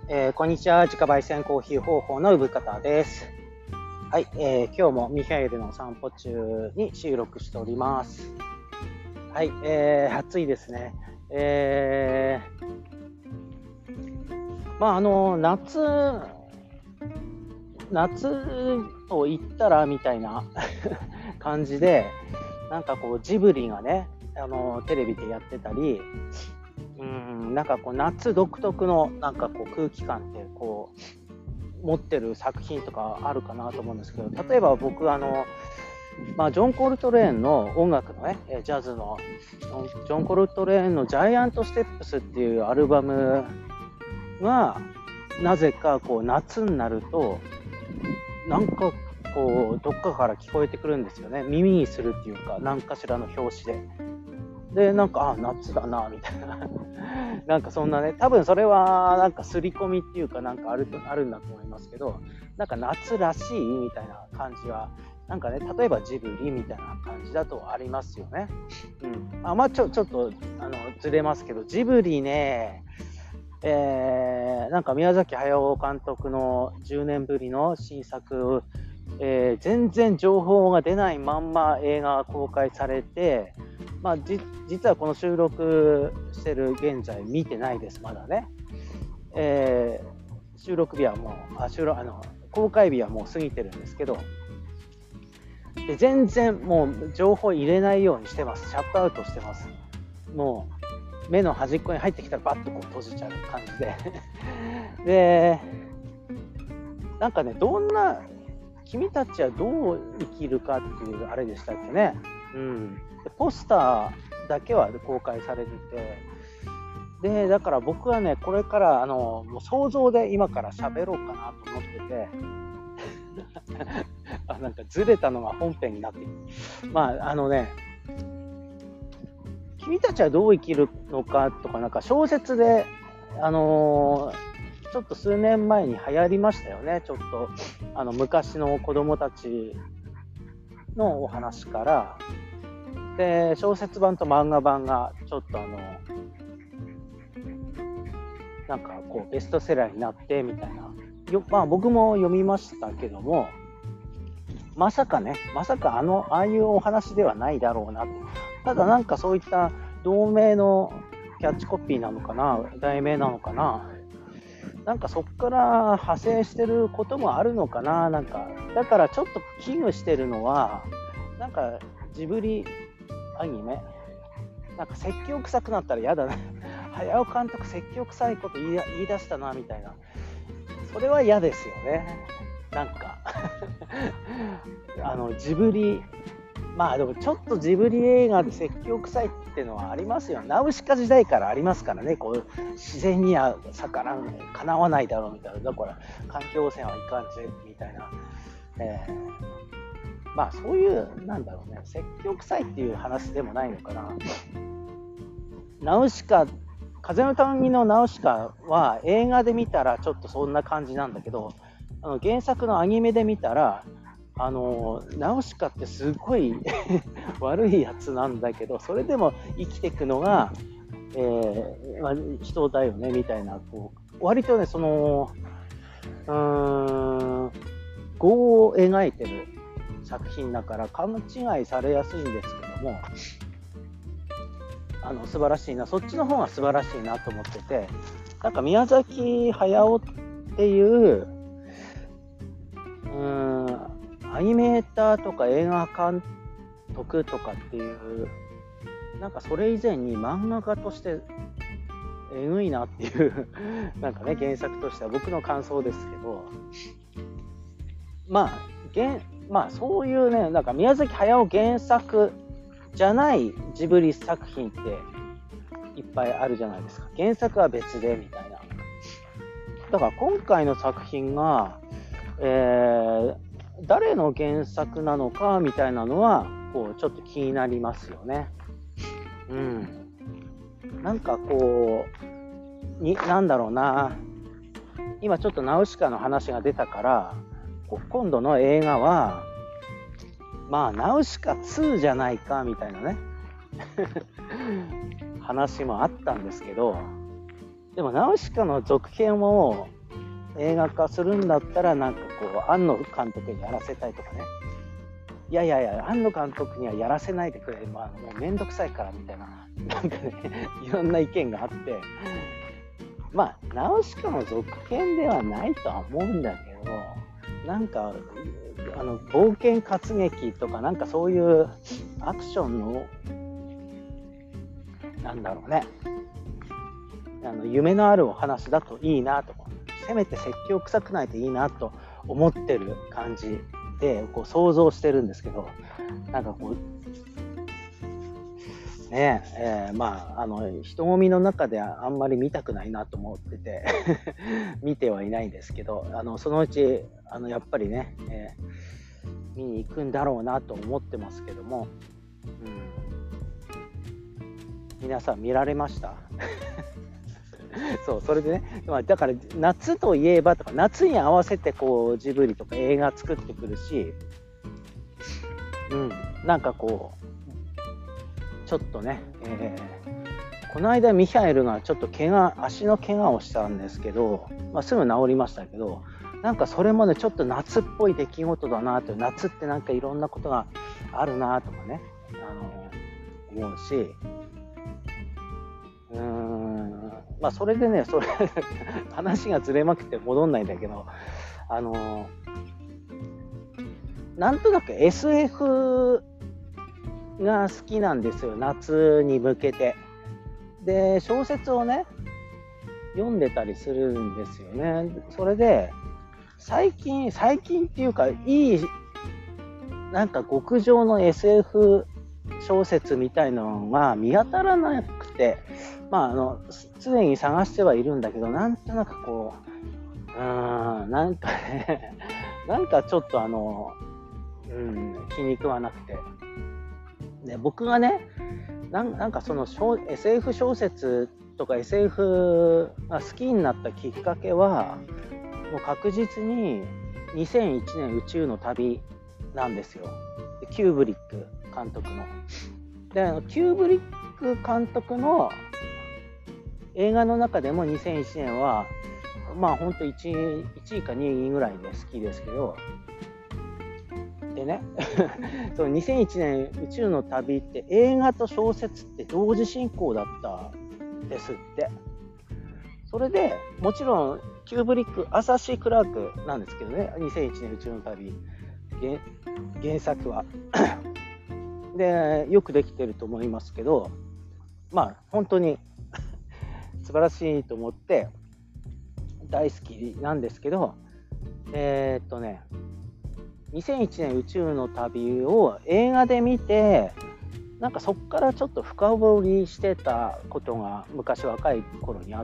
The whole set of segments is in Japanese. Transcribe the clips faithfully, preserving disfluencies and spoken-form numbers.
えー、こんにちは。自家焙煎コーヒー方法の産方です。はい、えー、今日もミハエルの散歩中に収録しております。はい、えー、暑いですね。えー、まああの夏夏と言ったらみたいな感じで、なんかこうジブリがね、あのテレビでやってたり。うん、なんかこう夏独特のなんかこう空気感ってこう持ってる作品とかあるかなと思うんですけど、例えば僕あの、まあ、ジョン・コルトレーンの音楽のねジャズのジョン・コルトレーンの「ジャイアント・ステップス」っていうアルバムがなぜかこう夏になるとなんかこうどっかから聞こえてくるんですよね。耳にするっていうか何かしらの拍子で。でなんかあ夏だなみたいななんかそんなね、多分それはなんか刷り込みっていうかなんかあるとあるんだと思いますけど、なんか夏らしいみたいな感じはなんかね、例えばジブリみたいな感じだとありますよね。うん、あまあちょちょっとあのずれますけど、ジブリね、えー、なんか宮崎駿監督のじゅうねんぶりの新作、えー、全然情報が出ないまんま映画が公開されて、まあ、じ実はこの収録してる現在見てないですまだね、えー、収録日はもうあ収録あの公開日はもう過ぎてるんですけど、で全然もう情報入れないようにしてます。シャットアウトしてます。もう目の端っこに入ってきたらバッとこう閉じちゃう感じででなんかね、どんな君たちはどう生きるかっていうあれでしたっけね、うん、でポスターだけは公開されてて、でだから僕はねこれからあのもう想像で今から喋ろうかなと思っててあなんかずれたのが本編になっている。まああのね君たちはどう生きるのかとかなんか小説であのーちょっと数年前に流行りましたよね。ちょっとあの昔の子供たちのお話からで小説版と漫画版がちょっとあのなんかこうベストセラーになってみたいなよ、まあ、僕も読みましたけども、まさかねまさかあのああいうお話ではないだろうなと。ただなんかそういった同名のキャッチコピーなのかな、題名なのかな、なんかそこから派生してることもあるのかな。なんかだからちょっと危惧してるのはなんかジブリアニメなんか説教臭くなったら嫌だな早尾監督説教臭いこと言い、言い出したなみたいな、それは嫌ですよね。なんかあのジブリまあでもちょっとジブリ映画で説教臭いっていうのはありますよ。ナウシカ時代からありますからね。こう自然には逆らうかなわないだろうみたいな、だから環境汚染はいかんぜみたいな、えー、まあそういうなんだろうね、説教臭いっていう話でもないのかな。ナウシカ風の谷のナウシカは映画で見たらちょっとそんな感じなんだけど、あの原作のアニメで見たらあのナウシカってすごい悪いやつなんだけど、それでも生きていくのが、えーまあ、人だよねみたいな、こう割とねそのうーん業を描いてる作品だから勘違いされやすいんですけども、あの素晴らしいな、そっちの方が素晴らしいなと思ってて、なんか宮崎駿っていううーんアニメーターとか映画監督とかっていうなんかそれ以前に漫画家としてえぐいなっていうなんかね原作としては僕の感想ですけど、まあ原まあそういうねなんか宮崎駿原作じゃないジブリ作品っていっぱいあるじゃないですか。原作は別でみたいな。だから今回の作品が、えー誰の原作なのかみたいなのはこうちょっと気になりますよね。うん。なんかこうになんだろうな。今ちょっとナウシカの話が出たからこう今度の映画はまあナウシカツーじゃないかみたいなね話もあったんですけど、でもナウシカの続編を映画化するんだったらなんかこう庵野監督にやらせたいとかね、いやいやいや庵野監督にはやらせないでくれ、まあ、もうめんどくさいからみたいな、なんかねいろんな意見があって、まあナウシカの続編ではないとは思うんだけど、なんかあの冒険活劇とかなんかそういうアクションのなんだろうね、あの夢のあるお話だといいなと、せめて説教臭くないといいなと思ってる感じでこう想像してるんですけど、なんかこうねえ、えー、まああの人混みの中であんまり見たくないなと思ってて見てはいないんですけど、あのそのうちあのやっぱりね、えー、見に行くんだろうなと思ってますけども、うん、皆さん見られましたそう、それでね、まあ、だから夏といえばとか、夏に合わせてこうジブリとか映画作ってくるし、うん、なんかこうちょっとね、えー、この間ミハエルがちょっと怪我足の怪我をしたんですけど、まあ、すぐ治りましたけど、なんかそれもねちょっと夏っぽい出来事だなと、夏ってなんかいろんなことがあるなとかね、あの思うし、うーん、まあそれでね、それ話がずれまくって戻んないんだけど、あのなんとなく エスエフ が好きなんですよ、夏に向けて。で小説をね読んでたりするんですよね。それで最近最近っていうか、いいなんか極上の エスエフ 小説みたいなのが見当たらなくて、まああの常に探してはいるんだけど、なんとなくこう、うーん、なんかねなんかちょっとあの、うん、気に食わなくて、で僕がねな ん, なんかその エスエフ 小説とか エスエフ が好きになったきっかけは、もう確実ににせんいちねん宇宙の旅なんですよ。でキューブリック監督の。でキューブリック監督の映画の中でもにせんいちねんはまあ本当 1, 1位かにいぐらいで好きですけど、でねそのにせんいちねん宇宙の旅って映画と小説って同時進行だったんですって。それでもちろんキューブリック、アーサー・シー・クラークなんですけどね、にせんいちねん宇宙の旅 原, 原作はでよくできてると思いますけど、まあ本当に素晴らしいと思って大好きなんですけど、えー、っとねにせんいちねん宇宙の旅を映画で見て、なんかそこからちょっと深掘りしてたことが昔若い頃にあって、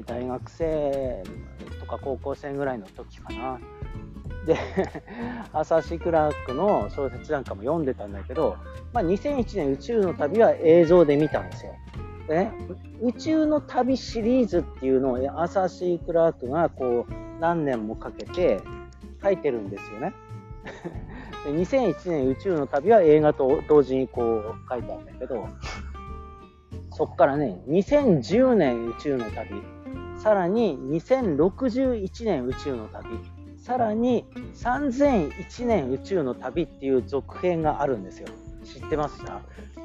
大学生とか高校生ぐらいの時かな。でアーサー・シー・クラークの小説なんかも読んでたんだけど、まあ、にせんいちねん宇宙の旅は映像で見たんですよ。でね、宇宙の旅シリーズっていうのをアーサー・シー・クラークがこう何年もかけて書いてるんですよね。でにせんいちねん宇宙の旅は映画と同時にこう書いてあるんだけど、そっからねにせんじゅうねん宇宙の旅、さらににせんろくじゅういちねん宇宙の旅、さらにさんぜんいちねん宇宙の旅っていう続編があるんですよ。知ってました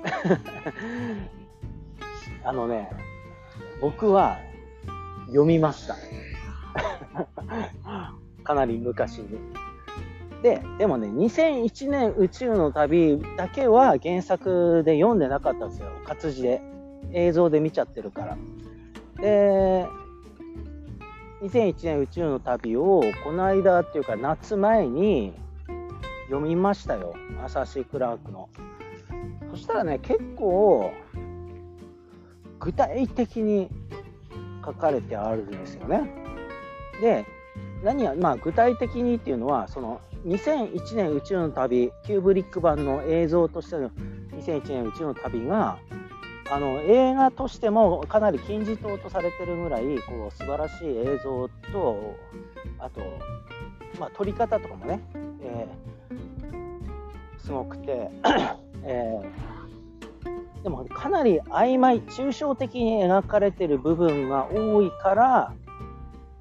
あのね、僕は読みましたかなり昔に。で, でもねにせんいちねん宇宙の旅だけは原作で読んでなかったんですよ、活字で。映像で見ちゃってるから。でにせんいちねん宇宙の旅をこの間っていうか夏前に読みましたよ、アーサー・シー・クラークの。そしたらね結構具体的に書かれてあるんですよね。で何や、まあ、具体的にっていうのは、そのにせんいちねん宇宙の旅キューブリック版の映像としてのにせんいちねん宇宙の旅があの映画としてもかなり金字塔とされてるぐらいこう素晴らしい映像と、あと、まあ、撮り方とかもね、えー、すごくて、えー、でもかなり曖昧抽象的に描かれてる部分が多いから、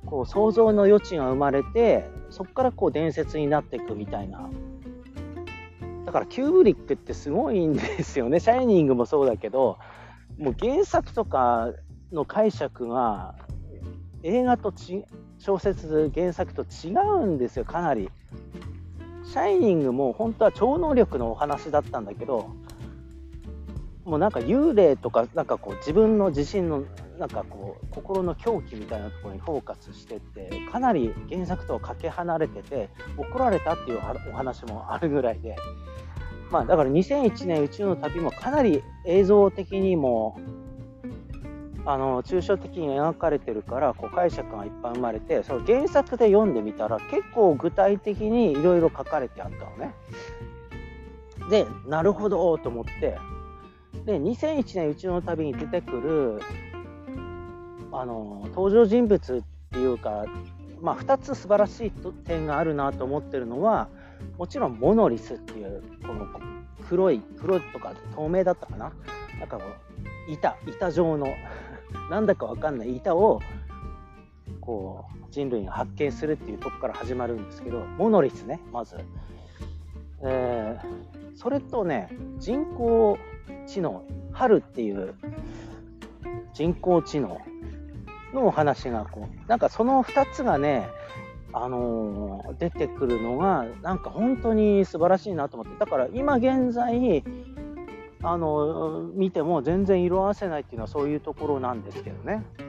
こう想像の余地が生まれて、そこからこう伝説になっていくみたいな。だからキューブリックってすごいんですよね。シャイニングもそうだけど、もう原作とかの解釈が映画とち小説原作と違うんですよ、かなり。シャイニングも本当は超能力のお話だったんだけど、もうなんか幽霊とか、なんかこう自分の自身のなんかこう心の狂気みたいなところにフォーカスしてって、かなり原作とはかけ離れてて、怒られたっていうお話もあるぐらいで、まあだからにせんいちねん宇宙の旅もかなり映像的にもあの抽象的に描かれてるから、こう解釈がいっぱい生まれて、その原作で読んでみたら結構具体的にいろいろ書かれてあったのね。で、なるほどと思って、でにせんいちねん宇宙の旅に出てくるあの登場人物っていうか、まあ、ふたつ素晴らしい点があるなと思ってるのは、もちろんモノリスっていうこの黒い黒いとか透明だったかな、なんかこう板板状のなんだかわかんない板をこう人類が発見するっていうとこから始まるんですけど、モノリスね、まず、えー、それとね、人工知能ハルっていう人工知能のお話がこう、なんかそのふたつがね、あのー、出てくるのがなんか本当に素晴らしいなと思って、だから今現在あのー、見ても全然色あせないっていうのはそういうところなんですけどね、うん、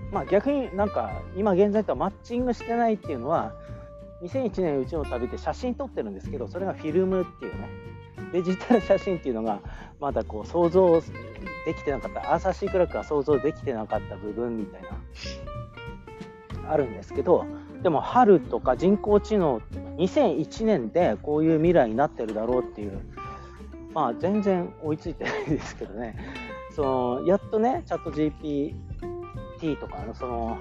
まあ逆になんか今現在とはマッチングしてないっていうのは、にせんいちねん宇宙の旅で写真撮ってるんですけど、それがフィルムっていうね、デジタル写真っていうのがまだこう想像できてなかった、アーサー・シー・クラークが想像できてなかった部分みたいなあるんですけど、でも春とか人工知能にせんいちねんでこういう未来になってるだろうっていう、まあ全然追いついてないですけどね、そのやっとねチャット ジーピーティー とかのその、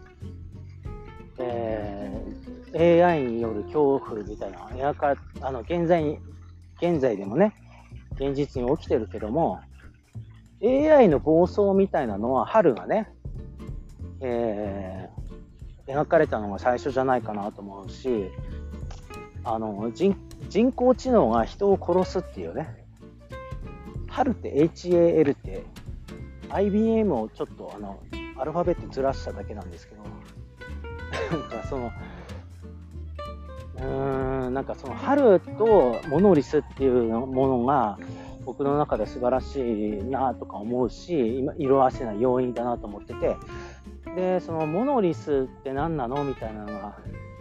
えー、エーアイ による恐怖みたいな描かあの現在に現在でもね現実に起きてるけども、 エーアイ の暴走みたいなのは春がね、えー、描かれたのが最初じゃないかなと思うし、あの 人, 人工知能が人を殺すっていうね、春って エイチエーエル って アイビーエム をちょっとあのアルファベットずらしただけなんですけど、なんかそのうーんなんかその春とモノリスっていうものが僕の中で素晴らしいなとか思うし、今色あせない要因だなと思ってて、でそのモノリスって何なのみたいなのが、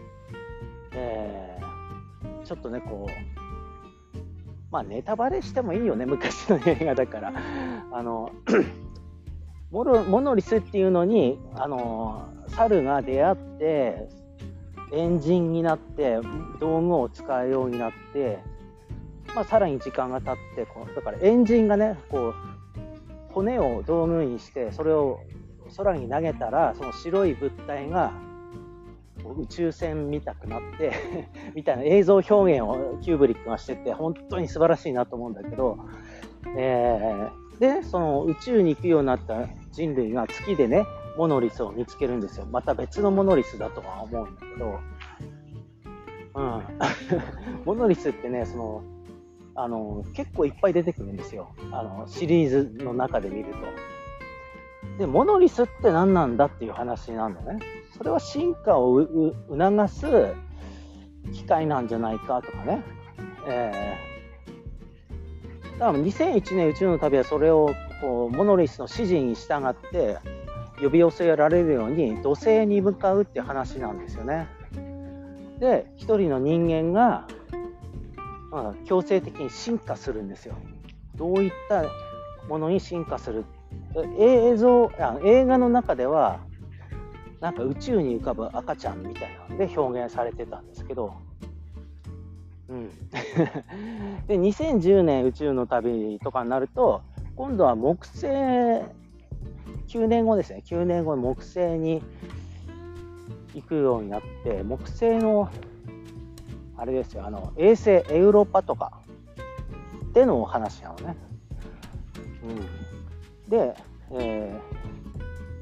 えー、ちょっとねこうまあネタバレしてもいいよね、昔の映画だからあのモノ、モノリスっていうのにあの猿が出会ってエンジンになって道具を使うようになって、まあ、さらに時間が経ってこうだからエンジンがねこう骨を道具にしてそれを空に投げたら、その白い物体が宇宙船見たくなってみたいな映像表現をキューブリックがしてて本当に素晴らしいなと思うんだけど、えー、でその宇宙に行くようになった人類が月でねモノリスを見つけるんですよ。また別のモノリスだとは思うんだけど、うん、モノリスってねそのあの結構いっぱい出てくるんですよ、あのシリーズの中で見ると。でモノリスって何なんだっていう話なんだね。それは進化を促す機械なんじゃないかとかね、えー、だからにせんいちねん宇宙の旅はそれをこうモノリスの指示に従って呼び寄せられるように土星に向かうっていう話なんですよね。で一人の人間が、まあ、強制的に進化するんですよ。どういったものに進化する、映像映画の中ではなんか宇宙に浮かぶ赤ちゃんみたいなので表現されてたんですけど、うん、でにせんじゅうねん宇宙の旅とかになると今度は木星きゅうねんごですね、きゅうねんごに木星に行くようになって、木星のあれですよ、あの衛星エウロパとかでのお話なのね、うん、で、え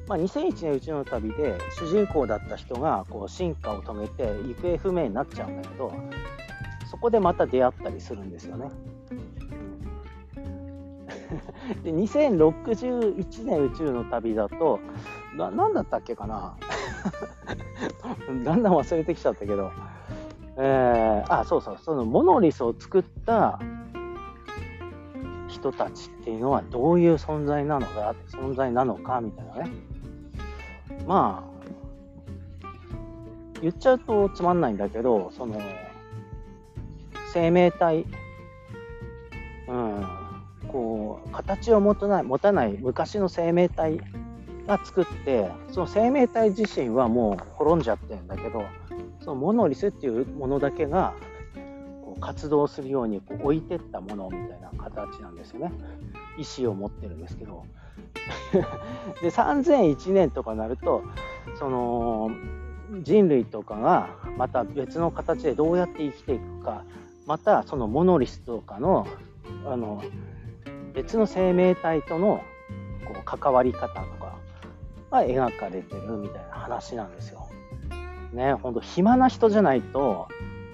まあ、にせんいちねん宇宙の旅で主人公だった人がこう進化を遂げて行方不明になっちゃうんだけど、そこでまた出会ったりするんですよね。でにせんろくじゅういちねん宇宙の旅だとな、なんだったっけかなだんだん忘れてきちゃったけど、えー、あ、そうそう、そのモノリスを作った人たちっていうのはどういう存在なのか、存在なのかみたいなね。まあ言っちゃうとつまんないんだけど、その生命体、うん、こう形を持たない持たない昔の生命体が作って、その生命体自身はもう滅んじゃってるんだけど、そのモノリスっていうものだけがこう活動するようにこう置いてったものみたいな形なんですよね。意志を持ってるんですけどでさんぜんいちねんとかになると、その人類とかがまた別の形でどうやって生きていくか、またそのモノリスとかのあの別の生命体とのこう関わり方とかが描かれてるみたいな話なんですよ。ね、ほんと暇な人じゃないと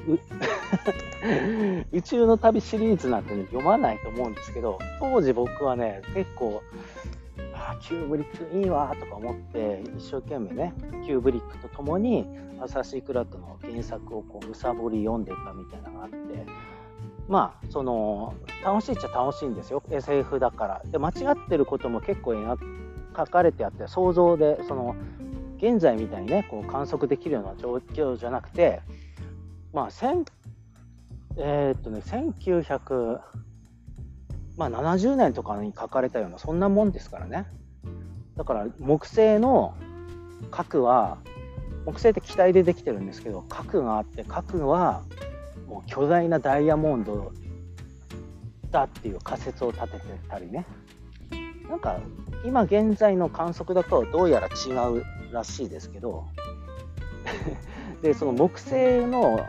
宇宙の旅シリーズなんて、ね、読まないと思うんですけど、当時僕はね結構あキューブリックいいわとか思って一生懸命ねキューブリックとともにアーサー・シー・クラークの原作をこうむさぼり読んでたみたいなのがあって、まあその楽しいっちゃ楽しいんですよ、 エスエフ だから。で間違ってることも結構書かれてあって、想像でその現在みたいにねこう観測できるような状況じゃなくて、まあえー、っとねせんきゅうひゃくななじゅうねんとかに書かれたようなそんなもんですからね。だから木星の核は、木星って気体でできてるんですけど、核があって、核はもう巨大なダイヤモンドだっていう仮説を立ててたりね。なんか今現在の観測だとどうやら違うらしいですけどでその木星の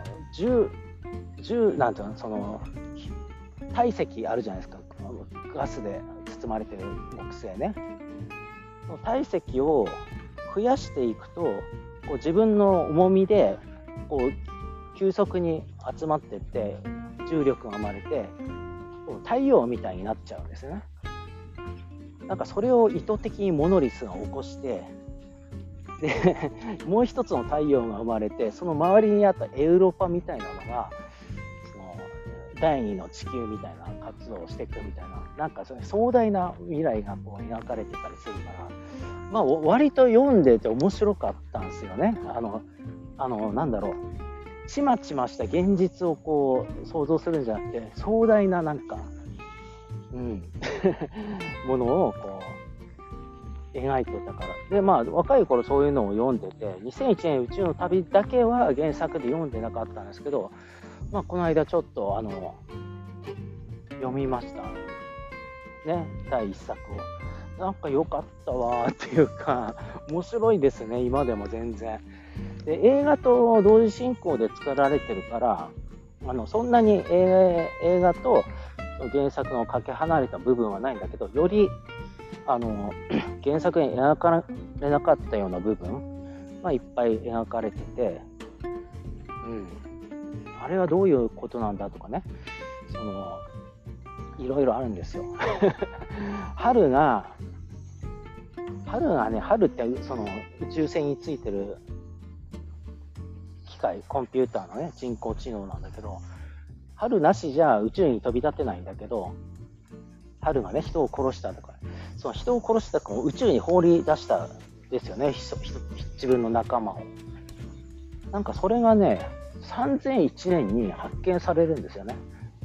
10、10なんていうの、その体積あるじゃないですか、ガスで包まれてる木星ね。その体積を増やしていくと、こう自分の重みでこう急速に集まっていって重力が生まれて太陽みたいになっちゃうんですね。なんかそれを意図的にモノリスが起こして、でもう一つの太陽が生まれて、その周りにあったエウロパみたいなのがその第二の地球みたいな活動をしていくみたいな、なんかそれ壮大な未来がこう描かれてたりするから、まあ割と読んでて面白かったんですよね。あのあのなんだろう、ちまちました現実をこう想像するんじゃなくて、壮大ななんか、うん、ものをこう描いてたから。でまあ若い頃そういうのを読んでて、にせんいちねん宇宙の旅だけは原作で読んでなかったんですけど、まあこの間ちょっとあの読みましたね、だいいっさくを。なんか良かったわっていうか、面白いですね今でも全然。で映画と同時進行で作られてるから、あのそんなに映画、映画と原作のかけ離れた部分はないんだけど、よりあの原作に描かれなかったような部分がいっぱい描かれてて、うん、あれはどういうことなんだとかね、そのいろいろあるんですよ春が春がね春ってその宇宙船についてる機械、コンピューターのね人工知能なんだけど、春なしじゃ宇宙に飛び立てないんだけど、春がね人を殺したとか、その人を殺した子を宇宙に放り出したんですよね、自分の仲間を。なんかそれがねさんぜんいちねんに発見されるんですよね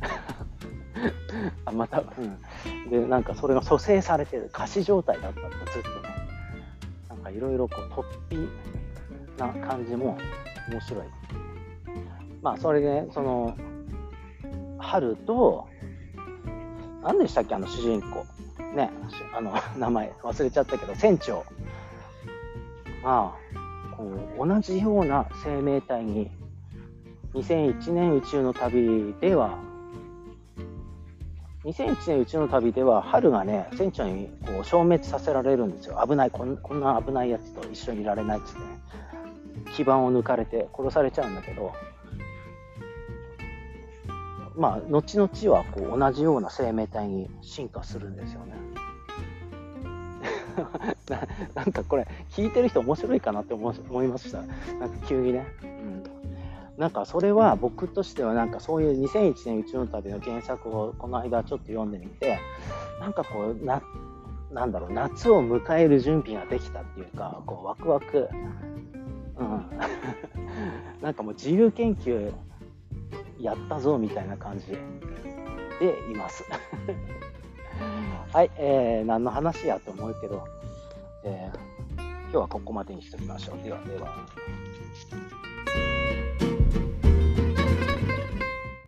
あまた、うん、でなんかそれが蘇生されてる仮死状態だったと、ずっとね、なんかいろいろこう突飛な感じも面白い。まあそれで、ね、その春と何でしたっけ、あの主人公ね、あの名前忘れちゃったけど、船長がこう同じような生命体ににせんいちねん宇宙の旅ではにせんいちねん宇宙の旅では春がね船長にこう消滅させられるんですよ。危ない、こん、こんな危ないやつと一緒にいられないっつってね、基盤を抜かれて殺されちゃうんだけど、まあ後々はこう同じような生命体に進化するんですよね。な, なんかこれ聞いてる人面白いかなって思思いました。なんか急にね、うん、なんかそれは僕としてはなんかそういうにせんいちねん宇宙の旅の原作をこの間ちょっと読んでみて、なんかこうななんだろう、夏を迎える準備ができたっていうか、こうワクワク、うん、なんかもう自由研究やったぞみたいな感じでいます。はい、えー、何の話やと思うけど、えー、今日はここまでにしておきましょう。ではでは。